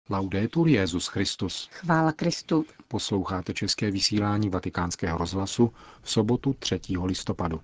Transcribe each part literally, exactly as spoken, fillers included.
Laudetur Jesus Christus. Chvála Kristu. Posloucháte české vysílání Vatikánského rozhlasu v sobotu třetího listopadu.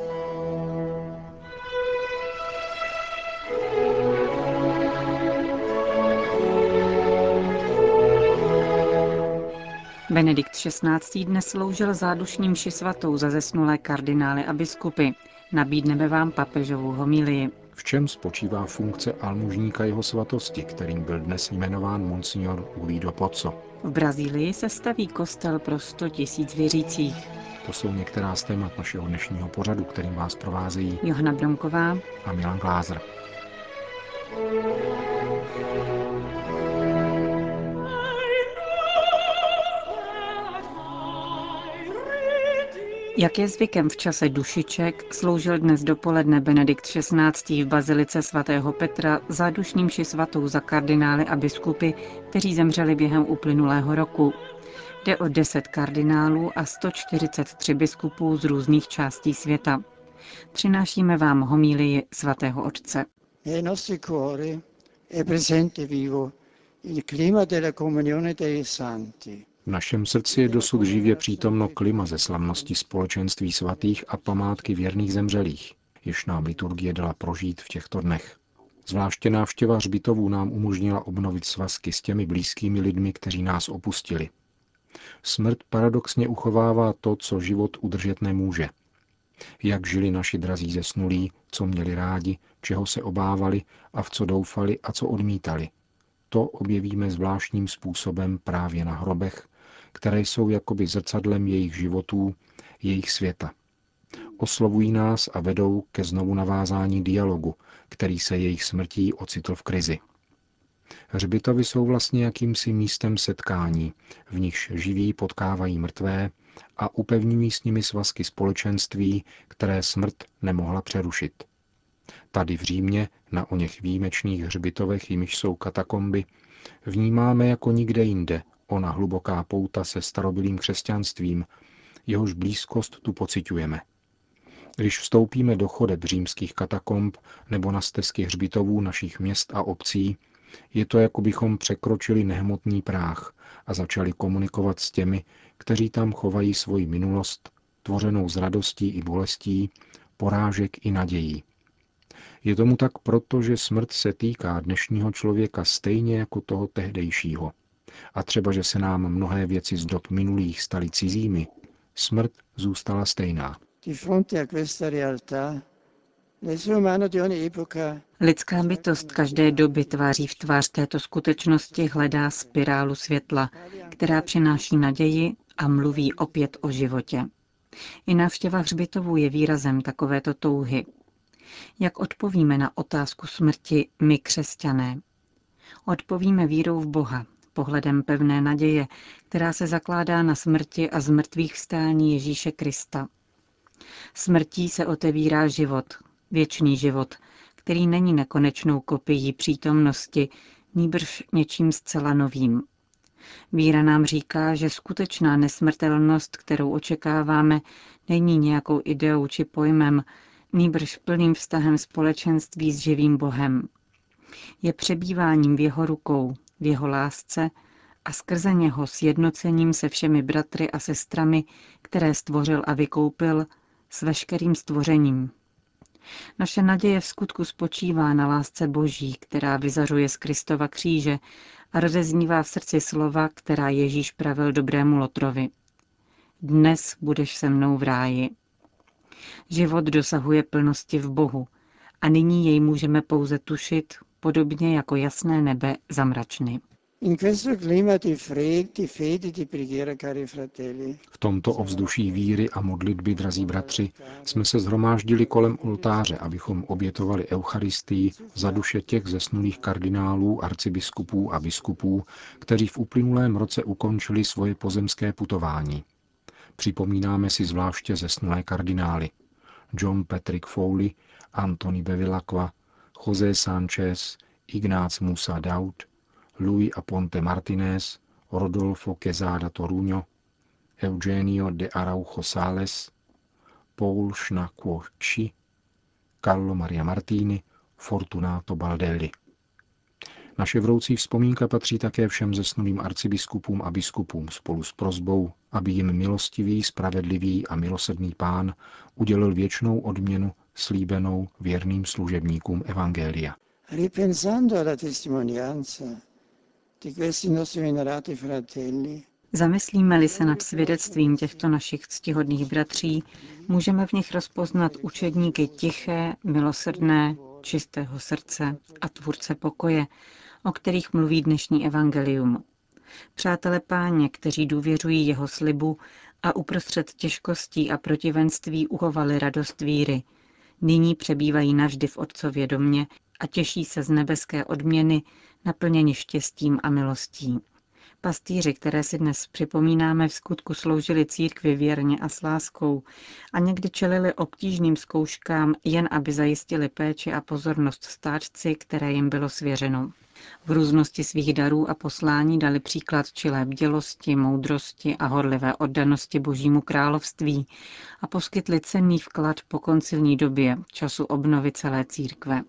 Benedikt šestnáctý. dnes sloužil zádušní mši svatou za zesnulé kardinály a biskupy. Nabídneme vám papežovu homilii. V čem spočívá funkce almužníka jeho svatosti, kterým byl dnes jmenován monsignor Guido Pozzo? V Brazílii se staví kostel pro sto tisíc věřících. To jsou některá z témat našeho dnešního pořadu, kterým vás provázejí Johana Bronková a Milan Glázer. Jak je zvykem v čase dušiček, sloužil dnes dopoledne Benedikt šestnáctý. v bazilice svatého Petra zádušní mši svatou za kardinály a biskupy, kteří zemřeli během uplynulého roku. Jde o deset kardinálů a sto čtyřicet tři biskupů z různých částí světa. Přinášíme vám homílii svatého otce. Nei nostri cuori è presente vivo il clima della comunione dei santi. V našem srdci je dosud živě přítomno klima ze slavnosti společenství svatých a památky věrných zemřelých, jež nám liturgie dala prožít v těchto dnech. Zvláště návštěva hřbitovů nám umožnila obnovit svazky s těmi blízkými lidmi, kteří nás opustili. Smrt paradoxně uchovává to, co život udržet nemůže. Jak žili naši drazí zesnulí, co měli rádi, čeho se obávali a v co doufali a co odmítali. To objevíme zvláštním způsobem právě na hrobech, které jsou jakoby zrcadlem jejich životů, jejich světa. Oslovují nás a vedou ke znovu navázání dialogu, který se jejich smrtí ocitl v krizi. Hřbitovy jsou vlastně jakýmsi místem setkání, v nichž živí potkávají mrtvé a upevňují s nimi svazky společenství, které smrt nemohla přerušit. Tady v Římě, na oněch výjimečných hřbitovech, jimiž jsou katakomby, vnímáme jako nikde jinde ona hluboká pouta se starobylým křesťanstvím, jehož blízkost tu pociťujeme. Když vstoupíme do chodeb římských katakomb nebo na stezky hřbitovů našich měst a obcí, je to, jako bychom překročili nehmotný práh a začali komunikovat s těmi, kteří tam chovají svoji minulost, tvořenou z radostí i bolestí, porážek i nadějí. Je tomu tak proto, že smrt se týká dnešního člověka stejně jako toho tehdejšího. A třeba, že se nám mnohé věci z dob minulých staly cizími, smrt zůstala stejná. Lidská bytost každé doby tváří v tvář této skutečnosti hledá spirálu světla, která přináší naději a mluví opět o životě. I návštěva hřbitovů je výrazem takovéto touhy. Jak odpovíme na otázku smrti my křesťané? Odpovíme vírou v Boha, pohledem pevné naděje, která se zakládá na smrti a zmrtvých vstání Ježíše Krista. Smrtí se otevírá život, věčný život, který není nekonečnou kopií přítomnosti, nýbrž něčím zcela novým. Víra nám říká, že skutečná nesmrtelnost, kterou očekáváme, není nějakou ideou či pojmem, nýbrž plným vztahem společenství s živým Bohem. Je přebýváním v jeho rukou, v jeho lásce a skrze něho sjednocením se všemi bratry a sestrami, které stvořil a vykoupil, s veškerým stvořením. Naše naděje v skutku spočívá na lásce Boží, která vyzařuje z Kristova kříže a rozeznívá v srdci slova, která Ježíš pravil dobrému Lotrovi. Dnes budeš se mnou v ráji. Život dosahuje plnosti v Bohu a nyní jej můžeme pouze tušit, podobně jako jasné nebe za mračny. V tomto ovzduší víry a modlitby, drazí bratři, jsme se shromáždili kolem oltáře, abychom obětovali Eucharistii za duše těch zesnulých kardinálů, arcibiskupů a biskupů, kteří v uplynulém roce ukončili svoje pozemské putování. Připomínáme si zvláště zesnulé kardinály John Patrick Foley, Antony Bevilacqua, José Sánchez, Ignác Musa Daud, Louis Aponte Martínez, Rodolfo Quezada Toruño, Eugenio de Araujo Sales, Paul Schnaquochi, Carlo Maria Martini, Fortunato Baldelli. Naše vroucí vzpomínka patří také všem zesnulým arcibiskupům a biskupům spolu s prosbou, aby jim milostivý, spravedlivý a milosrdný Pán udělil věčnou odměnu slíbenou věrným služebníkům evangelia. Ripensando alla testimonianza di questi nostri venerati fratelli, Zamyslíme-li se nad svědectvím těchto našich ctihodných bratří, můžeme v nich rozpoznat učedníky tiché, milosrdné, čistého srdce a tvůrce pokoje, o kterých mluví dnešní evangelium. Přátele Páně, kteří důvěřují jeho slibu a uprostřed těžkostí a protivenství uchovali radost víry, nyní přebývají navždy v Otcově domě a těší se z nebeské odměny, naplněni štěstím a milostí. Pastýři, které si dnes připomínáme, v skutku sloužili církvi věrně a s láskou a někdy čelili obtížným zkouškám, jen aby zajistili péči a pozornost stáčci, které jim bylo svěřeno. V různosti svých darů a poslání dali příklad čilé bdělosti, moudrosti a horlivé oddanosti Božímu království a poskytli cenný vklad po koncilní době, času obnovy celé církve.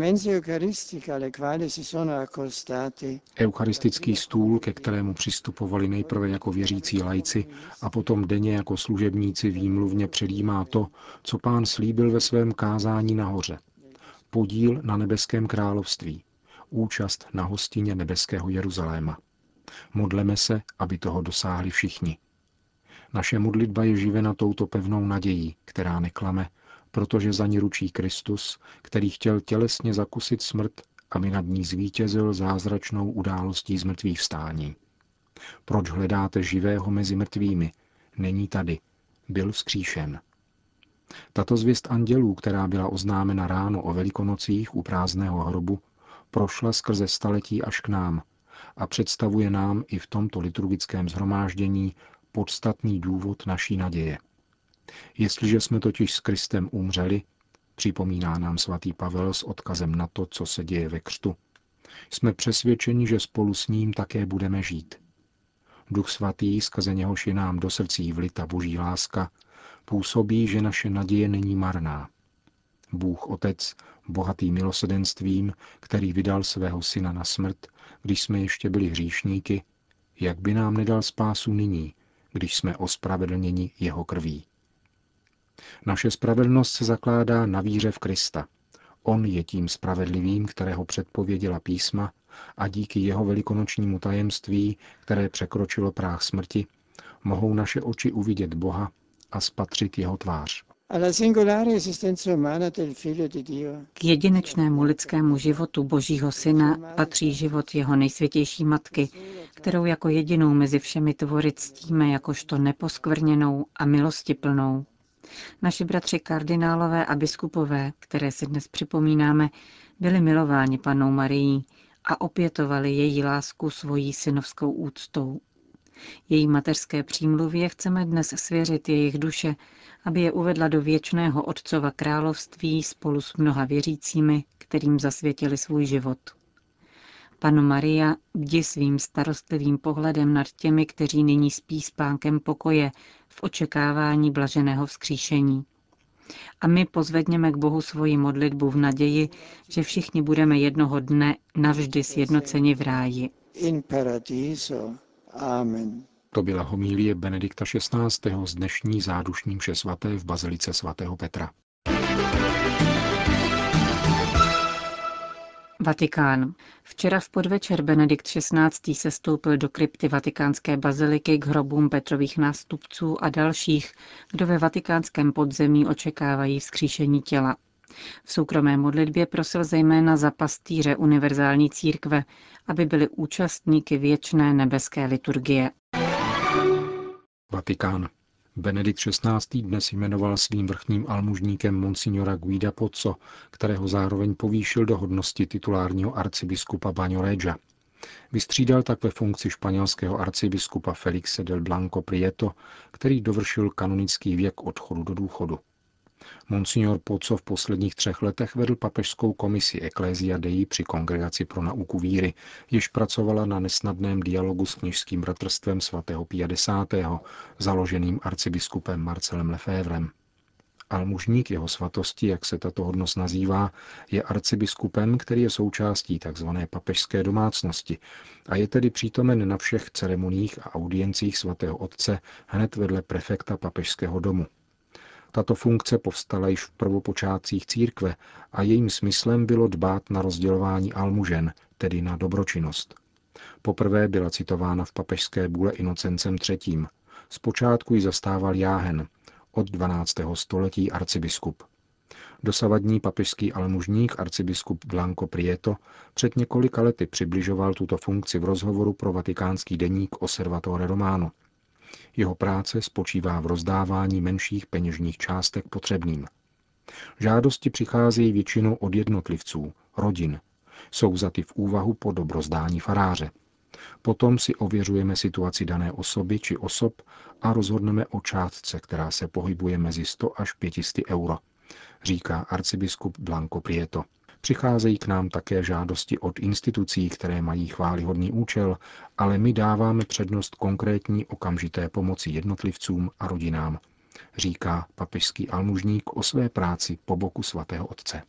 Eucharistický stůl, ke kterému přistupovali nejprve jako věřící laici a potom denně jako služebníci, výmluvně předjímá to, co Pán slíbil ve svém kázání nahoře. Podíl na nebeském království, účast na hostině nebeského Jeruzaléma. Modleme se, aby toho dosáhli všichni. Naše modlitba je živena touto pevnou nadějí, která neklame, protože za ní ručí Kristus, který chtěl tělesně zakusit smrt, aby nad ní zvítězil zázračnou událostí zmrtvýchvstání. Proč hledáte živého mezi mrtvými? Není tady. Byl vzkříšen. Tato zvěst andělů, která byla oznámena ráno o Velikonocích u prázdného hrobu, prošla skrze staletí až k nám a představuje nám i v tomto liturgickém shromáždění podstatný důvod naší naděje. Jestliže jsme totiž s Kristem umřeli, připomíná nám svatý Pavel s odkazem na to, co se děje ve křtu, jsme přesvědčeni, že spolu s ním také budeme žít. Duch svatý, skrze něhož je nám do srdcí vlita boží láska, působí, že naše naděje není marná. Bůh Otec, bohatý milosrdenstvím, který vydal svého syna na smrt, když jsme ještě byli hříšníky, jak by nám nedal spásu nyní, když jsme ospravedlněni jeho krví. Naše spravedlnost se zakládá na víře v Krista. On je tím spravedlivým, kterého předpověděla písma, a díky jeho velikonočnímu tajemství, které překročilo práh smrti, mohou naše oči uvidět Boha a spatřit jeho tvář. K jedinečnému lidskému životu Božího syna patří život jeho nejsvětější matky, kterou jako jedinou mezi všemi tvory ctíme jakožto neposkvrněnou a milostiplnou. Naši bratři kardinálové a biskupové, které si dnes připomínáme, byli milováni Pannou Marií a opětovali její lásku svojí synovskou úctou. Její mateřské přímluvě chceme dnes svěřit jejich duše, aby je uvedla do věčného Otcova království spolu s mnoha věřícími, kterým zasvětili svůj život. Panno Maria, bdi svým starostlivým pohledem nad těmi, kteří nyní spí spánkem pokoje v očekávání blaženého vzkříšení. A my pozvedněme k Bohu svoji modlitbu v naději, že všichni budeme jednoho dne navždy sjednoceni v ráji. In paradiso. Amen. To byla homilie Benedikta šestnáctého z dnešní zádušní mše svaté v bazilice svatého Petra. Vatikán. Včera v podvečer Benedikt šestnáctý sestoupil do krypty vatikánské baziliky k hrobům Petrových nástupců a dalších, kdo ve vatikánském podzemí očekávají vzkříšení těla. V soukromé modlitbě prosil zejména za pastýře univerzální církve, aby byli účastníky věčné nebeské liturgie. Vatikán. Benedikt šestnáctý dnes jmenoval svým vrchním almužníkem monsignora Guida Pozzo, kterého zároveň povýšil do hodnosti titulárního arcibiskupa Bagnoreggia. Vystřídal tak ve funkci španělského arcibiskupa Felixe del Blanco Prieto, který dovršil kanonický věk odchodu do důchodu. Monsignor Pozzo v posledních třech letech vedl papežskou komisi Ecclesia Dei při Kongregaci pro nauku víry, jež pracovala na nesnadném dialogu s kněžským bratrstvem svatého Pia X., založeným arcibiskupem Marcelem Lefévrem. Almužník jeho svatosti, jak se tato hodnost nazývá, je arcibiskupem, který je součástí tzv. Papežské domácnosti a je tedy přítomen na všech ceremoniích a audiencích svatého otce hned vedle prefekta papežského domu. Tato funkce povstala již v prvopočátcích církve a jejím smyslem bylo dbát na rozdělování almužen, tedy na dobročinnost. Poprvé byla citována v papežské bule Inocencem třetím. Zpočátku ji zastával jáhen, od dvanáctého století arcibiskup. Dosavadní papežský almužník arcibiskup Blanco Prieto před několika lety přibližoval tuto funkci v rozhovoru pro vatikánský deník Osservatore Romano. Jeho práce spočívá v rozdávání menších peněžních částek potřebným. Žádosti přicházejí většinou od jednotlivců, rodin. Jsou vzaty v úvahu po dobrozdání faráře. Potom si ověřujeme situaci dané osoby či osob a rozhodneme o částce, která se pohybuje mezi sto až pět set euro, říká arcibiskup Blanco Prieto. Přicházejí k nám také žádosti od institucí, které mají chvályhodný účel, ale my dáváme přednost konkrétní okamžité pomoci jednotlivcům a rodinám, říká papežský almužník o své práci po boku svatého otce.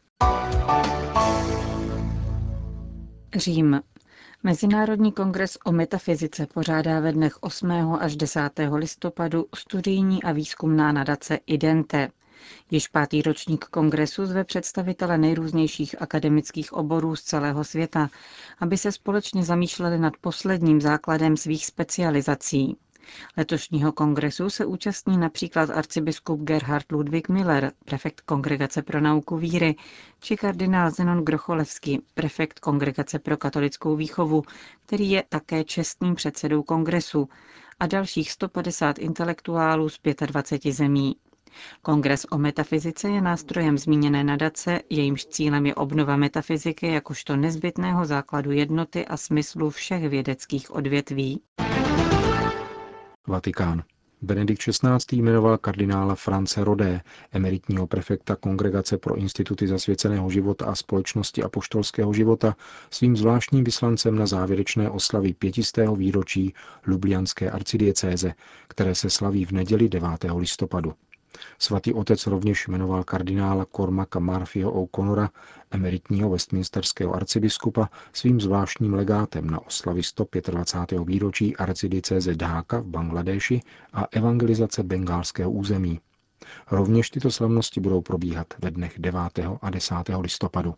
Řím. Mezinárodní kongres o metafyzice pořádá ve dnech osmého až desátého listopadu studijní a výzkumná nadace Idente. Již pátý ročník kongresu zve představitele nejrůznějších akademických oborů z celého světa, aby se společně zamýšleli nad posledním základem svých specializací. Letošního kongresu se účastní například arcibiskup Gerhard Ludwig Miller, prefekt Kongregace pro nauku víry, či kardinál Zenon Grocholevský, prefekt Kongregace pro katolickou výchovu, který je také čestným předsedou kongresu, a dalších sto padesát intelektuálů z dvaceti pěti zemí. Kongres o metafyzice je nástrojem zmíněné nadace, jejímž cílem je obnova metafyziky jakožto nezbytného základu jednoty a smyslu všech vědeckých odvětví. Vatikán. Benedikt šestnáctý jmenoval kardinála France Rodé, emeritního prefekta Kongregace pro instituty zasvěceného života a společnosti apoštolského života, svým zvláštním vyslancem na závěrečné oslavy pětistého výročí Ljubljanské arcidiecéze, které se slaví v neděli devátého listopadu. Svatý otec rovněž jmenoval kardinála Cormaca Murphyho O'Connora, emeritního westminsterského arcibiskupa, svým zvláštním legátem na oslavy sto dvacátého pátého výročí arcidiecéze Dháka v Bangladéši a evangelizace bengálského území. Rovněž tyto slavnosti budou probíhat ve dnech devátého a desátého listopadu.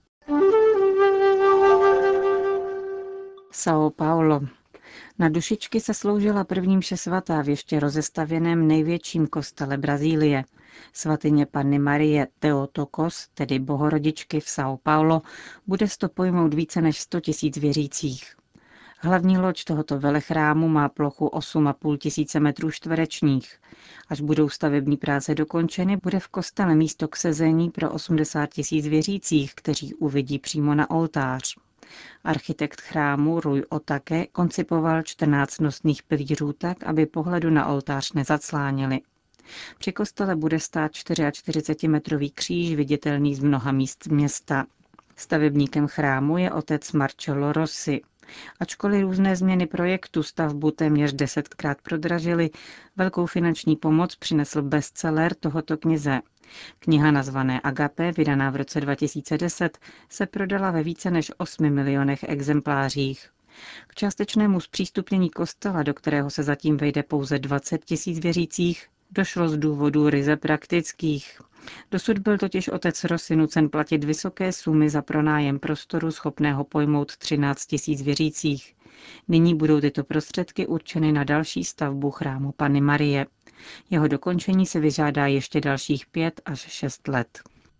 São Paulo. Na dušičky se sloužila první mše svatá v ještě rozestavěném největším kostele Brazílie. Svatyně Panny Marie Theotokos, tedy Bohorodičky v São Paulo, bude sto pojmout více než sto tisíc věřících. Hlavní loď tohoto velechrámu má plochu osm a půl tisíce metrů čtverečních. Až budou stavební práce dokončeny, bude v kostele místo k sezení pro osmdesát tisíc věřících, kteří uvidí přímo na oltář. Architekt chrámu Rui Otake koncipoval čtrnáct nosných pilířů tak, aby pohledu na oltář nezacláněli. Při kostele bude stát čtyřicetičtyřmetrový kříž viditelný z mnoha míst města. Stavebníkem chrámu je otec Marcello Rossi. Ačkoliv různé změny projektu stavbu téměř desetkrát prodražily, velkou finanční pomoc přinesl bestseller tohoto kněze. Kniha nazvané Agape, vydaná v roce dva tisíce deset, se prodala ve více než osmi milionech exemplářích. K částečnému zpřístupnění kostela, do kterého se zatím vejde pouze dvacet tisíc věřících, došlo z důvodů ryze praktických. Dosud byl totiž otec Rossi nucen platit vysoké sumy za pronájem prostoru schopného pojmout třináct tisíc věřících. Nyní budou tyto prostředky určeny na další stavbu chrámu Panny Marie. Jeho dokončení se vyžádá ještě dalších pět až šest let.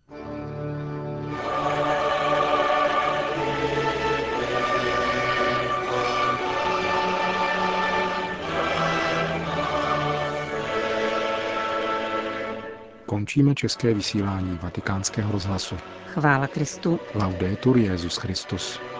Končíme české vysílání Vatikánského rozhlasu. Chvála Kristu. Laudetur Jesus Christus.